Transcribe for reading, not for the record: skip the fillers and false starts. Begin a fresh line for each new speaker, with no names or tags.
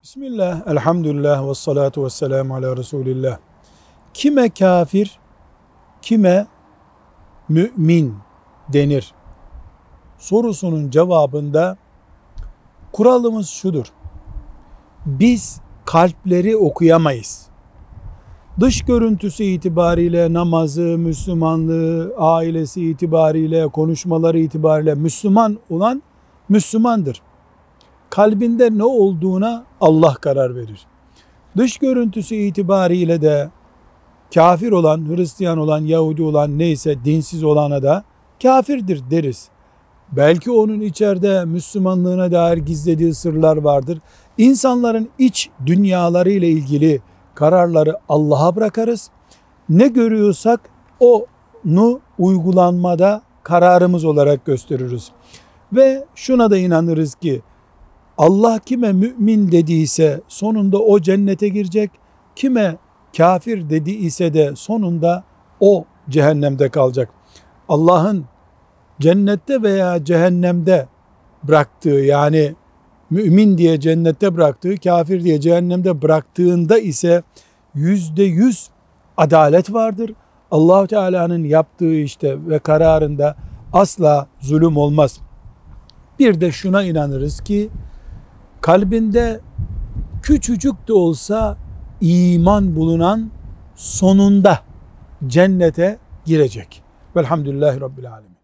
Bismillah, elhamdülillah ve salatu ve selamu ala Resulillah. Kime kafir, kime mümin denir sorusunun cevabında kuralımız şudur: biz kalpleri okuyamayız. Dış görüntüsü itibariyle namazı, Müslümanlığı, ailesi itibariyle, konuşmaları itibariyle Müslüman olan Müslümandır. Kalbinde ne olduğuna Allah karar verir. Dış görüntüsü itibariyle de kafir olan, Hristiyan olan, Yahudi olan neyse dinsiz olana da kafirdir deriz. Belki onun içeride Müslümanlığına dair gizlediği sırlar vardır. İnsanların iç dünyaları ile ilgili kararları Allah'a bırakarız. Ne görüyorsak onu uygulanmada kararımız olarak gösteririz. Ve şuna da inanırız ki Allah kime mümin dediyse sonunda o cennete girecek, kime kafir dediyse de sonunda o cehennemde kalacak. Allah'ın cennette veya cehennemde bıraktığı, yani mümin diye cennette bıraktığı, kafir diye cehennemde bıraktığında ise %100 adalet vardır. Allah Teala'nın yaptığı işte ve kararında asla zulüm olmaz. Bir de şuna inanırız ki kalbinde küçücük de olsa iman bulunan sonunda cennete girecek. Velhamdülillahi Rabbil Alemin.